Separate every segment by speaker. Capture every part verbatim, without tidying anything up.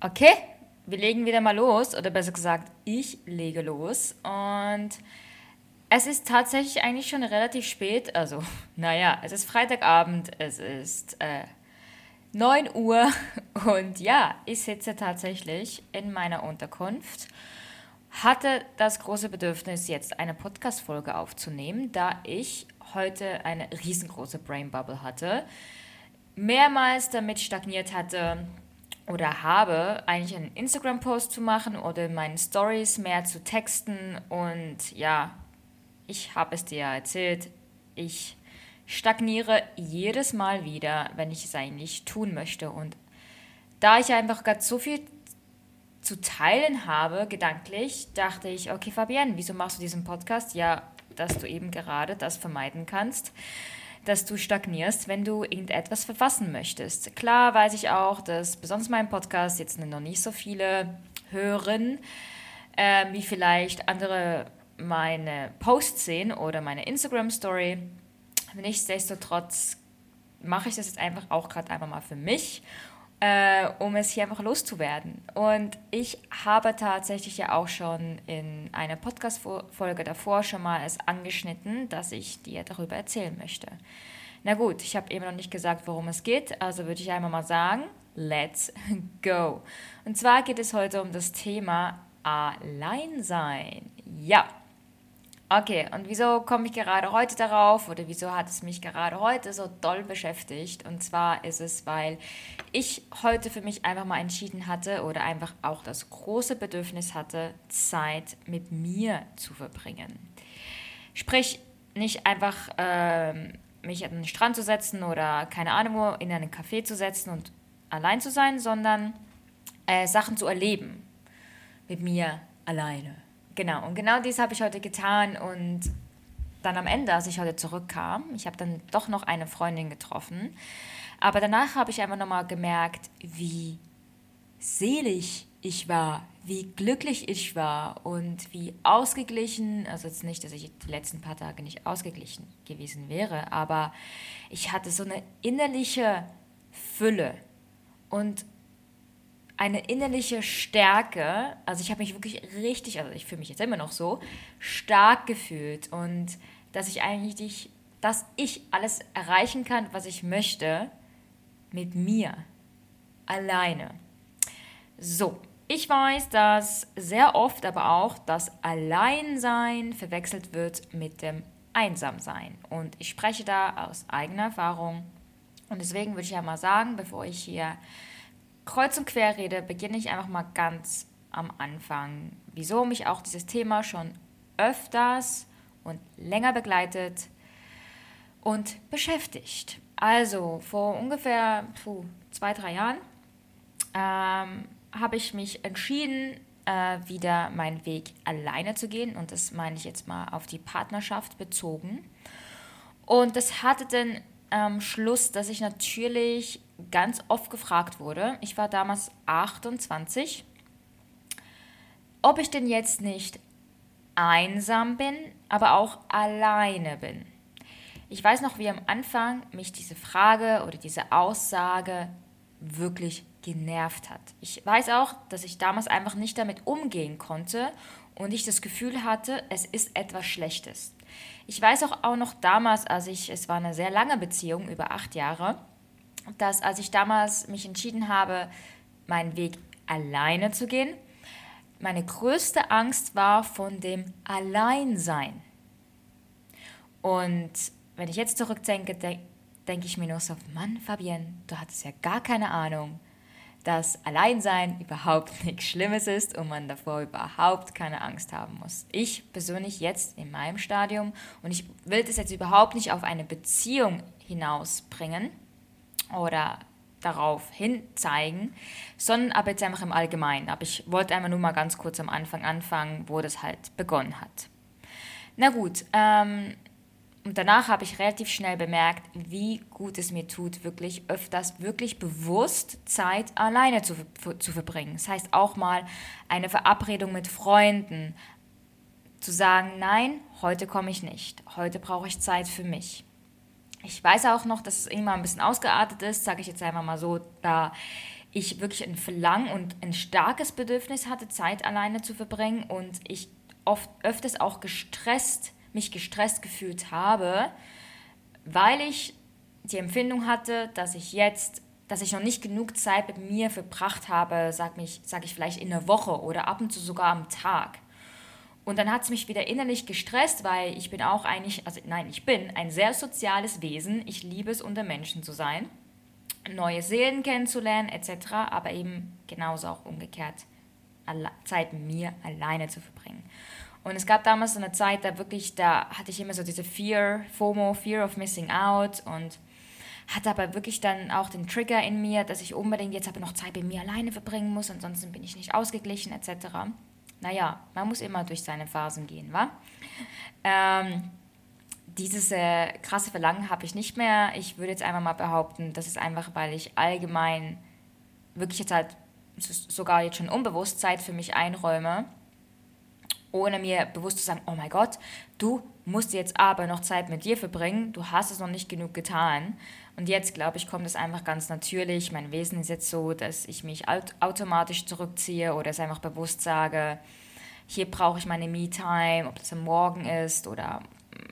Speaker 1: Okay, wir legen wieder mal los, oder besser gesagt, ich lege los. Und es ist tatsächlich eigentlich schon relativ spät. Also, naja, es ist Freitagabend, es ist äh, neun Uhr und ja, ich sitze tatsächlich in meiner Unterkunft. Hatte das große Bedürfnis, jetzt eine Podcast-Folge aufzunehmen, da ich heute eine riesengroße Brain Bubble hatte, mehrmals damit stagniert hatte oder habe, eigentlich einen Instagram-Post zu machen oder in meinen Stories mehr zu texten. Und ja, ich habe es dir ja erzählt, ich stagniere jedes Mal wieder, wenn ich es eigentlich tun möchte. Und da ich einfach gerade so viel zu teilen habe, gedanklich, dachte ich, okay, Fabienne, wieso machst du diesen Podcast? Ja, dass du eben gerade das vermeiden kannst, dass du stagnierst, wenn du irgendetwas verfassen möchtest. Klar weiß ich auch, dass besonders mein Podcast jetzt noch nicht so viele hören, äh, wie vielleicht andere meine Posts sehen oder meine Instagram-Story. Nichtsdestotrotz mache ich das jetzt einfach auch gerade einfach mal für mich, äh, um es hier einfach loszuwerden. Und ich habe tatsächlich ja auch schon in einer Podcast-Folge davor schon mal es angeschnitten, dass ich dir darüber erzählen möchte. Na gut, ich habe eben noch nicht gesagt, worum es geht, also würde ich einmal mal sagen, let's go. Und zwar geht es heute um das Thema Alleinsein. Ja. Okay, und wieso komme ich gerade heute darauf oder wieso hat es mich gerade heute so doll beschäftigt? Und zwar ist es, weil ich heute für mich einfach mal entschieden hatte oder einfach auch das große Bedürfnis hatte, Zeit mit mir zu verbringen. Sprich, nicht einfach ähm, mich an den Strand zu setzen oder keine Ahnung wo, in einen Café zu setzen und allein zu sein, sondern äh, Sachen zu erleben mit mir alleine. Genau, und genau dies habe ich heute getan und dann am Ende, als ich heute zurückkam, ich habe dann doch noch eine Freundin getroffen, aber danach habe ich einfach nochmal gemerkt, wie selig ich war, wie glücklich ich war und wie ausgeglichen, also jetzt nicht, dass ich die letzten paar Tage nicht ausgeglichen gewesen wäre, aber ich hatte so eine innerliche Fülle und eine innerliche Stärke, also ich habe mich wirklich richtig, also ich fühle mich jetzt immer noch so, stark gefühlt und dass ich eigentlich, dass ich alles erreichen kann, was ich möchte, mit mir, alleine. So, ich weiß, dass sehr oft aber auch das Alleinsein verwechselt wird mit dem Einsamsein und ich spreche da aus eigener Erfahrung und deswegen würde ich ja mal sagen, bevor ich hier kreuz und quer rede, beginne ich einfach mal ganz am Anfang, wieso mich auch dieses Thema schon öfters und länger begleitet und beschäftigt. Also vor ungefähr puh, zwei, drei Jahren ähm, habe ich mich entschieden, äh, wieder meinen Weg alleine zu gehen und das meine ich jetzt mal auf die Partnerschaft bezogen. Und das hatte den ähm, Schluss, dass ich natürlich ganz oft gefragt wurde, ich war damals achtundzwanzig, ob ich denn jetzt nicht einsam bin, aber auch alleine bin. Ich weiß noch, wie am Anfang mich diese Frage oder diese Aussage wirklich genervt hat. Ich weiß auch, dass ich damals einfach nicht damit umgehen konnte und ich das Gefühl hatte, es ist etwas Schlechtes. Ich weiß auch, auch noch damals, als ich, es war eine sehr lange Beziehung, über acht Jahre, dass als ich damals mich entschieden habe, meinen Weg alleine zu gehen, meine größte Angst war von dem Alleinsein. Und wenn ich jetzt zurückdenke, denke denk ich mir nur so, Mann, Fabienne, du hattest ja gar keine Ahnung, dass Alleinsein überhaupt nichts Schlimmes ist und man davor überhaupt keine Angst haben muss. Ich persönlich jetzt in meinem Stadium, und ich will das jetzt überhaupt nicht auf eine Beziehung hinausbringen oder darauf hin zeigen, sondern aber jetzt einfach im Allgemeinen. Aber ich wollte einfach nur mal ganz kurz am Anfang anfangen, wo das halt begonnen hat. Na gut, ähm, und danach habe ich relativ schnell bemerkt, wie gut es mir tut, wirklich öfters, wirklich bewusst Zeit alleine zu, zu verbringen. Das heißt auch mal eine Verabredung mit Freunden, zu sagen, nein, heute komme ich nicht, heute brauche ich Zeit für mich. Ich weiß auch noch, dass es irgendwann ein bisschen ausgeartet ist, sage ich jetzt einfach mal so, da ich wirklich ein Verlangen und ein starkes Bedürfnis hatte, Zeit alleine zu verbringen und ich oft öfters auch gestresst, mich gestresst gefühlt habe, weil ich die Empfindung hatte, dass ich jetzt, dass ich noch nicht genug Zeit mit mir verbracht habe, sag, mich, sag ich vielleicht in einer Woche oder ab und zu sogar am Tag. Und dann hat es mich wieder innerlich gestresst, weil ich bin auch eigentlich, also nein, ich bin ein sehr soziales Wesen. Ich liebe es, unter Menschen zu sein, neue Seelen kennenzulernen et cetera. Aber eben genauso auch umgekehrt, Zeit mit mir alleine zu verbringen. Und es gab damals so eine Zeit, da wirklich, da hatte ich immer so diese Fear, FOMO, Fear of Missing Out und hatte aber wirklich dann auch den Trigger in mir, dass ich unbedingt jetzt aber noch Zeit mit mir alleine verbringen muss, ansonsten bin ich nicht ausgeglichen et cetera. Naja, man muss immer durch seine Phasen gehen, wa? Ähm, dieses äh, krasse Verlangen habe ich nicht mehr. Ich würde jetzt einfach mal behaupten, das ist einfach, weil ich allgemein wirklich jetzt halt sogar jetzt schon unbewusst Zeit für mich einräume, ohne mir bewusst zu sagen, oh mein Gott, du musst jetzt aber noch Zeit mit dir verbringen, du hast es noch nicht genug getan. Und jetzt, glaube ich, kommt es einfach ganz natürlich. Mein Wesen ist jetzt so, dass ich mich aut- automatisch zurückziehe oder es einfach bewusst sage, hier brauche ich meine Me-Time, ob das am Morgen ist oder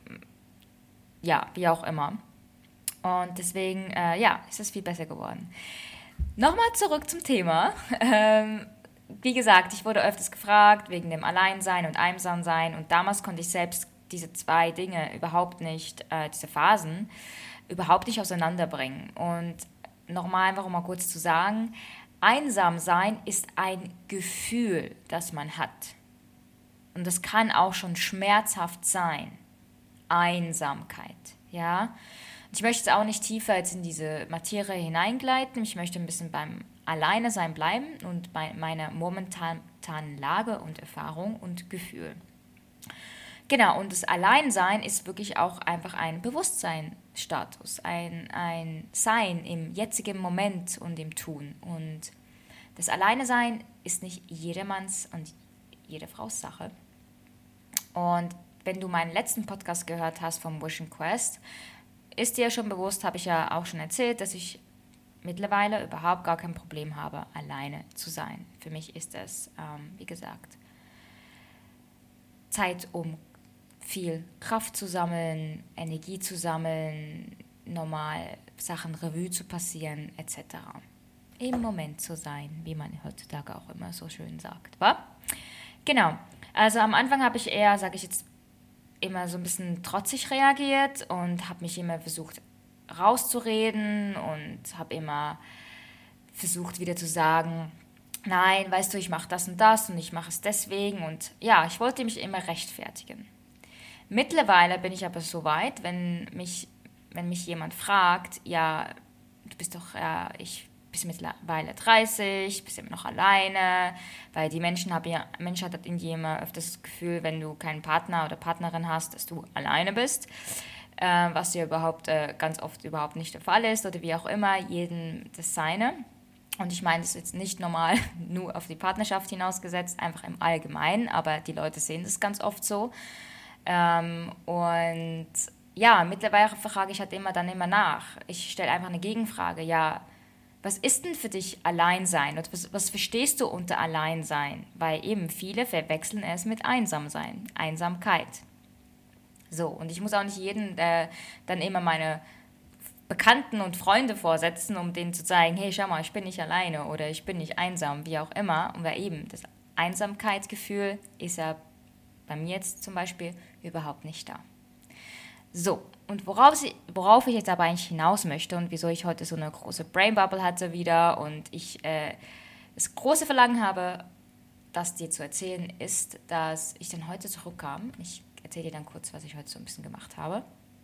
Speaker 1: ja, wie auch immer. Und deswegen, äh, ja, ist es viel besser geworden. Nochmal zurück zum Thema. Ähm, wie gesagt, ich wurde öfters gefragt wegen dem Alleinsein und Einsamsein und damals konnte ich selbst diese zwei Dinge überhaupt nicht, äh, diese Phasen, überhaupt nicht auseinanderbringen. Und nochmal einfach um mal kurz zu sagen, einsam sein ist ein Gefühl, das man hat. Und das kann auch schon schmerzhaft sein. Einsamkeit, ja. Ich möchte jetzt auch nicht tiefer jetzt in diese Materie hineingleiten. Ich möchte ein bisschen beim Alleine sein bleiben und bei meiner momentanen Lage und Erfahrung und Gefühl. Genau, und das Alleinsein ist wirklich auch einfach ein Bewusstseinsstatus, ein, ein Sein im jetzigen Moment und im Tun. Und das Alleine-Sein ist nicht jedermanns und jede Fraus Sache. Und wenn du meinen letzten Podcast gehört hast vom Vision Quest, ist dir schon bewusst, habe ich ja auch schon erzählt, dass ich mittlerweile überhaupt gar kein Problem habe, alleine zu sein. Für mich ist es, ähm, wie gesagt, Zeit, um viel Kraft zu sammeln, Energie zu sammeln, normal Sachen Revue zu passieren, et cetera. Im Moment zu sein, wie man heutzutage auch immer so schön sagt, wa? Genau, also am Anfang habe ich eher, sage ich jetzt, immer so ein bisschen trotzig reagiert und habe mich immer versucht rauszureden und habe immer versucht wieder zu sagen, nein, weißt du, ich mache das und das und ich mache es deswegen und ja, ich wollte mich immer rechtfertigen. Mittlerweile bin ich aber so weit, wenn mich, wenn mich jemand fragt, ja, du bist doch, ja, ich bist mittlerweile dreißig, bist immer noch alleine, weil die Menschen haben ja, Menschheit hat irgendwie immer öfters das Gefühl, wenn du keinen Partner oder Partnerin hast, dass du alleine bist, äh, was ja überhaupt äh, ganz oft überhaupt nicht der Fall ist oder wie auch immer, jedem das Seine. Und ich meine, das ist jetzt nicht normal nur auf die Partnerschaft hinausgesetzt, einfach im Allgemeinen, aber die Leute sehen das ganz oft so. Ähm, und ja, mittlerweile frage ich halt immer dann immer nach. Ich stelle einfach eine Gegenfrage, ja, was ist denn für dich Alleinsein? Und was, was verstehst du unter Alleinsein? Weil eben viele verwechseln es mit Einsamsein, Einsamkeit. So, und ich muss auch nicht jedem äh, dann immer meine Bekannten und Freunde vorsetzen, um denen zu zeigen, hey, schau mal, ich bin nicht alleine oder ich bin nicht einsam, wie auch immer. Und weil eben das Einsamkeitsgefühl ist ja bei mir jetzt zum Beispiel überhaupt nicht da. So, und worauf, sie, worauf ich jetzt aber eigentlich hinaus möchte und wieso ich heute so eine große Brain Bubble hatte wieder und ich äh, das große Verlangen habe, das dir zu erzählen, ist, dass ich dann heute zurückkam. Ich erzähle dir dann kurz, was ich heute so ein bisschen gemacht habe.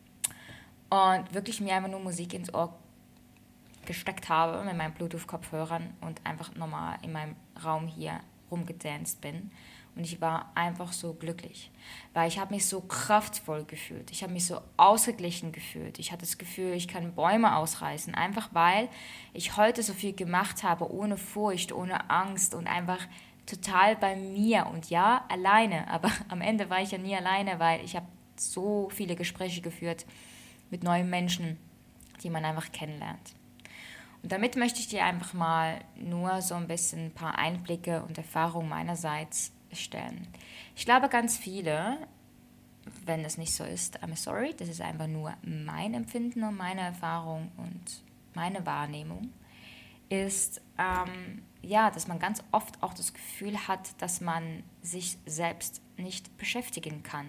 Speaker 1: Und wirklich mir einfach nur Musik ins Ohr gesteckt habe mit meinen Bluetooth-Kopfhörern und einfach normal in meinem Raum hier rumgedanced bin. Und ich war einfach so glücklich, weil ich habe mich so kraftvoll gefühlt. Ich habe mich so ausgeglichen gefühlt. Ich hatte das Gefühl, ich kann Bäume ausreißen, einfach weil ich heute so viel gemacht habe, ohne Furcht, ohne Angst und einfach total bei mir. Und ja, alleine, aber am Ende war ich ja nie alleine, weil ich habe so viele Gespräche geführt mit neuen Menschen, die man einfach kennenlernt. damit möchte ich dir einfach mal nur so ein bisschen ein paar Einblicke und Erfahrungen meinerseits stellen. Ich glaube, ganz viele, wenn es nicht so ist, I'm sorry, das ist einfach nur mein Empfinden und meine Erfahrung und meine Wahrnehmung, ist, ähm, ja, dass man ganz oft auch das Gefühl hat, dass man sich selbst nicht beschäftigen kann,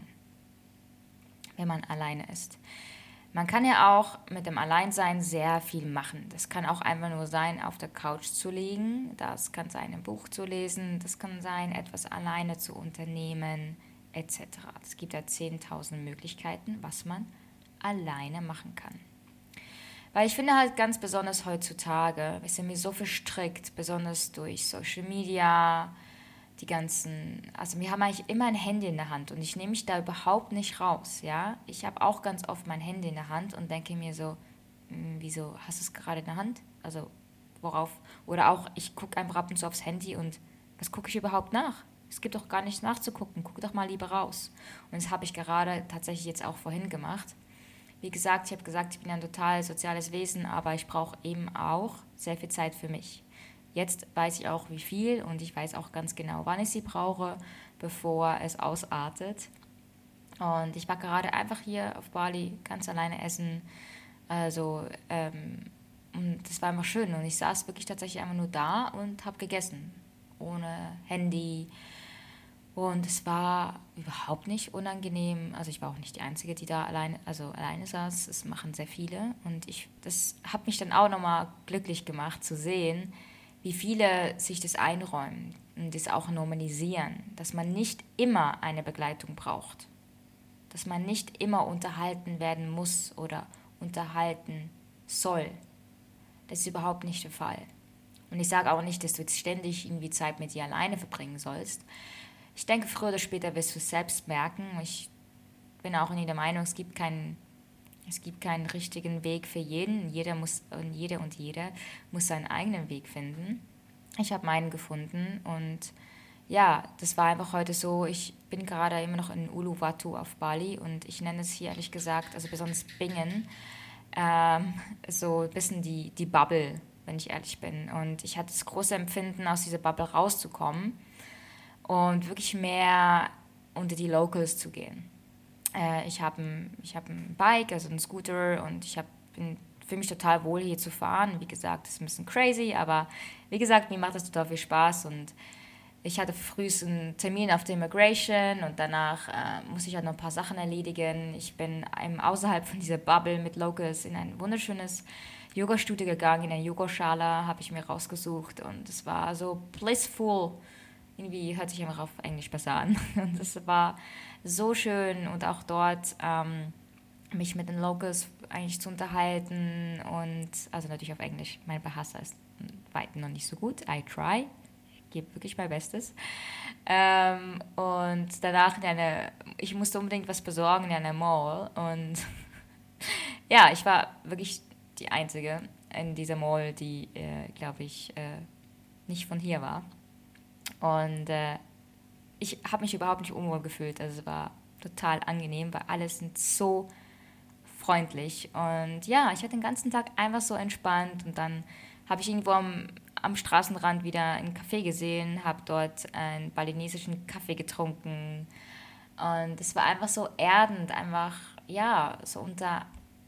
Speaker 1: wenn man alleine ist. Man kann ja auch mit dem Alleinsein sehr viel machen. Das kann auch einfach nur sein, auf der Couch zu liegen. Das kann sein, ein Buch zu lesen. Das kann sein, etwas alleine zu unternehmen, et cetera. Es gibt ja zehntausend Möglichkeiten, was man alleine machen kann. Weil ich finde halt ganz besonders heutzutage, wir sind mir so verstrickt, besonders durch Social Media, die ganzen, also wir haben eigentlich immer ein Handy in der Hand und ich nehme mich da überhaupt nicht raus, ja. Ich habe auch ganz oft mein Handy in der Hand und denke mir so, "Hm, wieso hast du es gerade in der Hand? Also worauf? Oder auch, ich gucke einfach ab und zu aufs Handy und was gucke ich überhaupt nach? Es gibt doch gar nichts nachzugucken, guck doch mal lieber raus. Und das habe ich gerade tatsächlich jetzt auch vorhin gemacht. Wie gesagt, ich habe gesagt, ich bin ein total soziales Wesen, aber ich brauche eben auch sehr viel Zeit für mich. Jetzt weiß ich auch, wie viel und ich weiß auch ganz genau, wann ich sie brauche, bevor es ausartet. Und ich war gerade einfach hier auf Bali ganz alleine essen. Also, ähm, und das war einfach schön. Und ich saß wirklich tatsächlich einfach nur da und habe gegessen. Ohne Handy. Und es war überhaupt nicht unangenehm. Also ich war auch nicht die Einzige, die da alleine, also alleine saß. Es machen sehr viele. Und ich, das hat mich dann auch nochmal glücklich gemacht zu sehen, wie viele sich das einräumen und das auch normalisieren, dass man nicht immer eine Begleitung braucht, dass man nicht immer unterhalten werden muss oder unterhalten soll. Das ist überhaupt nicht der Fall. Und ich sage auch nicht, dass du jetzt ständig irgendwie Zeit mit dir alleine verbringen sollst. Ich denke, früher oder später wirst du es selbst merken. Ich bin auch in der Meinung, es gibt keinen Es gibt keinen richtigen Weg für jeden. Jeder muss und jede und jeder muss seinen eigenen Weg finden. Ich habe meinen gefunden und ja, das war einfach heute so. Ich bin gerade immer noch in Uluwatu auf Bali und ich nenne es hier ehrlich gesagt, also besonders Bingen, ähm, so ein bisschen die, die Bubble, wenn ich ehrlich bin. Und ich hatte das große Empfinden, aus dieser Bubble rauszukommen und wirklich mehr unter die Locals zu gehen. Äh, ich habe ein, ich hab ein Bike, also einen Scooter und ich hab, bin fühle mich total wohl, hier zu fahren. Wie gesagt, das ist ein bisschen crazy, aber wie gesagt, mir macht das total viel Spaß und ich hatte früh einen Termin auf der Immigration und danach äh, muss ich halt noch ein paar Sachen erledigen. Ich bin einem außerhalb von dieser Bubble mit Locals in ein wunderschönes Yoga-Studio gegangen, in eine Yogaschala habe ich mir rausgesucht und es war so blissful. Irgendwie hört sich einfach auf Englisch besser an. Und es war so schön und auch dort ähm, mich mit den Locals eigentlich zu unterhalten und also natürlich auf Englisch. Mein Bahasa ist weit noch nicht so gut. I try. Ich gebe wirklich mein Bestes. Ähm, und danach in eine, ich musste unbedingt was besorgen in einer Mall und ja, ich war wirklich die Einzige in dieser Mall, die, äh, glaube ich, äh, nicht von hier war. Und äh, ich habe mich überhaupt nicht unwohl gefühlt. Also es war total angenehm, weil alle sind so freundlich. Und ja, ich hatte den ganzen Tag einfach so entspannt. Und dann habe ich irgendwo am, am Straßenrand wieder einen Café gesehen, habe dort einen balinesischen Kaffee getrunken. Und es war einfach so erdend, einfach, ja, so unter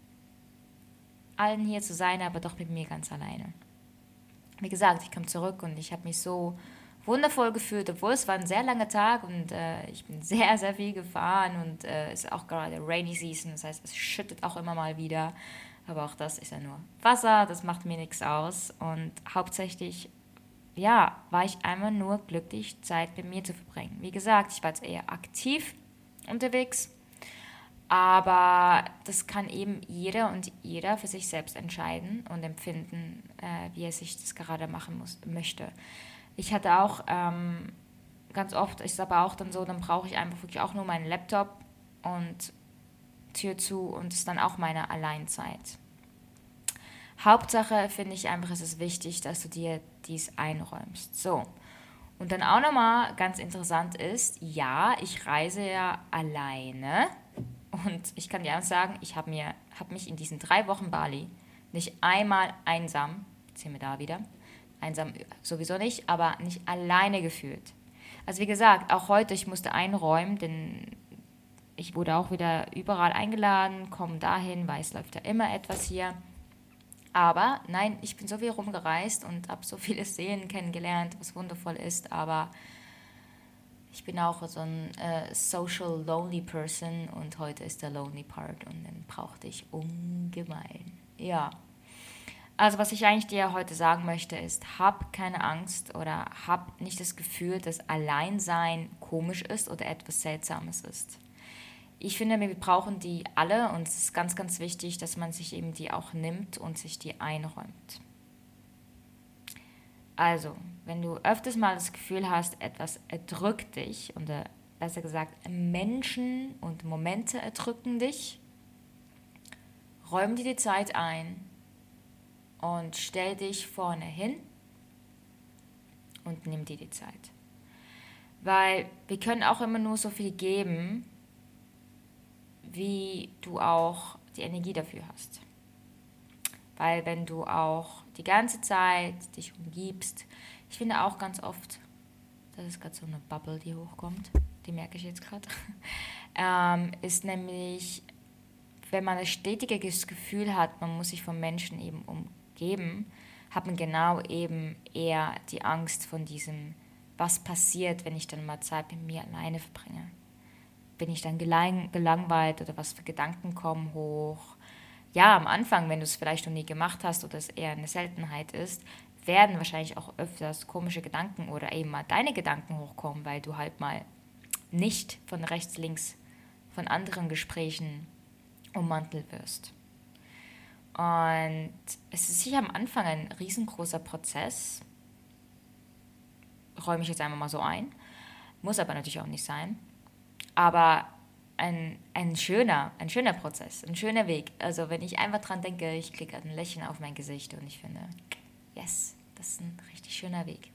Speaker 1: allen hier zu sein, aber doch mit mir ganz alleine. Wie gesagt, ich kam zurück und ich habe mich so wundervoll gefühlt, obwohl es war ein sehr langer Tag und äh, ich bin sehr, sehr viel gefahren und äh, es ist auch gerade Rainy Season, das heißt, es schüttet auch immer mal wieder, aber auch das ist ja nur Wasser, das macht mir nichts aus und hauptsächlich, ja, war ich einmal nur glücklich, Zeit mit mir zu verbringen. Wie gesagt, ich war jetzt eher aktiv unterwegs, aber das kann eben jeder und jeder für sich selbst entscheiden und empfinden, äh, wie er sich das gerade machen muss, möchte. Ich hatte auch ähm, ganz oft, ist aber auch dann so, dann brauche ich einfach wirklich auch nur meinen Laptop und Tür zu und ist dann auch meine Alleinzeit. Hauptsache finde ich einfach, es ist wichtig, dass du dir dies einräumst. So. Und dann auch nochmal ganz interessant ist, ja, ich reise ja alleine und ich kann dir auch sagen, ich habe mir, habe mich in diesen drei Wochen Bali nicht einmal einsam sind wir da wieder. Einsam sowieso nicht, aber nicht alleine gefühlt. Also wie gesagt, auch heute, ich musste einräumen, denn ich wurde auch wieder überall eingeladen, komm dahin, weil es läuft ja immer etwas hier. Aber nein, ich bin so viel rumgereist und habe so viele Seen kennengelernt, was wundervoll ist, aber ich bin auch so ein äh, social lonely person und heute ist der lonely part und den brauchte ich ungemein. Ja, also was ich eigentlich dir heute sagen möchte ist, hab keine Angst oder hab nicht das Gefühl, dass Alleinsein komisch ist oder etwas Seltsames ist. Ich finde, wir brauchen die alle und es ist ganz, ganz wichtig, dass man sich eben die auch nimmt und sich die einräumt. Also, wenn du öfters mal das Gefühl hast, etwas erdrückt dich, oder besser gesagt, Menschen und Momente erdrücken dich, räum dir die Zeit ein und stell dich vorne hin und nimm dir die Zeit. Weil wir können auch immer nur so viel geben, wie du auch die Energie dafür hast. Weil wenn du auch die ganze Zeit dich umgibst, ich finde auch ganz oft, das ist gerade so eine Bubble, die hochkommt, die merke ich jetzt gerade, ähm, ist nämlich, wenn man ein stetiges Gefühl hat, man muss sich von Menschen eben umgeben, hat man genau eben eher die Angst von diesem, was passiert, wenn ich dann mal Zeit mit mir alleine verbringe. Bin ich dann gelang- gelangweilt oder was für Gedanken kommen hoch? Ja, am Anfang, wenn du es vielleicht noch nie gemacht hast oder es eher eine Seltenheit ist, werden wahrscheinlich auch öfters komische Gedanken oder eben mal deine Gedanken hochkommen, weil du halt mal nicht von rechts, links, von anderen Gesprächen ummantelt wirst. Und es ist sicher am Anfang ein riesengroßer Prozess, räume ich jetzt einfach mal so ein, muss aber natürlich auch nicht sein. Aber ein, ein schöner, ein schöner Prozess, ein schöner Weg. Also wenn ich einfach dran denke, ich kriege ein Lächeln auf mein Gesicht und ich finde, yes, das ist ein richtig schöner Weg.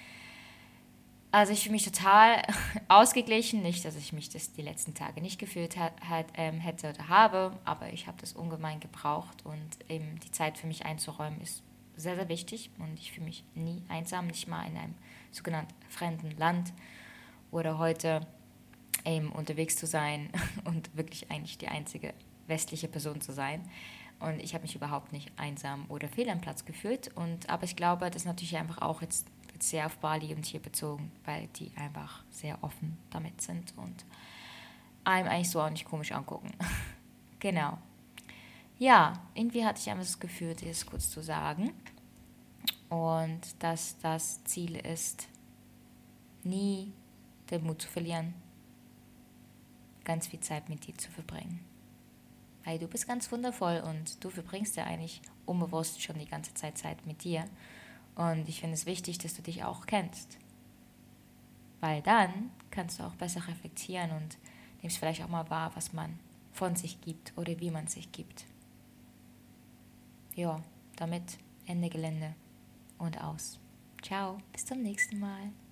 Speaker 1: Also ich fühle mich total ausgeglichen, nicht, dass ich mich das die letzten Tage nicht gefühlt hat, hat, ähm, hätte oder habe, aber ich habe das ungemein gebraucht und eben die Zeit für mich einzuräumen ist sehr, sehr wichtig und ich fühle mich nie einsam, nicht mal in einem sogenannten fremden Land oder heute eben unterwegs zu sein und wirklich eigentlich die einzige westliche Person zu sein. Und ich habe mich überhaupt nicht einsam oder fehl am Platz gefühlt. Und, aber ich glaube, das ist natürlich einfach auch jetzt, jetzt sehr auf Bali und hier bezogen, weil die einfach sehr offen damit sind und einem eigentlich so auch nicht komisch angucken. Genau. Ja, irgendwie hatte ich einfach das Gefühl, dir das kurz zu sagen. Und dass das Ziel ist, nie den Mut zu verlieren, ganz viel Zeit mit dir zu verbringen. Weil du bist ganz wundervoll und du verbringst ja eigentlich unbewusst schon die ganze Zeit Zeit mit dir. Und ich finde es wichtig, dass du dich auch kennst. Weil dann kannst du auch besser reflektieren und nimmst vielleicht auch mal wahr, was man von sich gibt oder wie man sich gibt. Ja, damit Ende Gelände und aus. Ciao, bis zum nächsten Mal.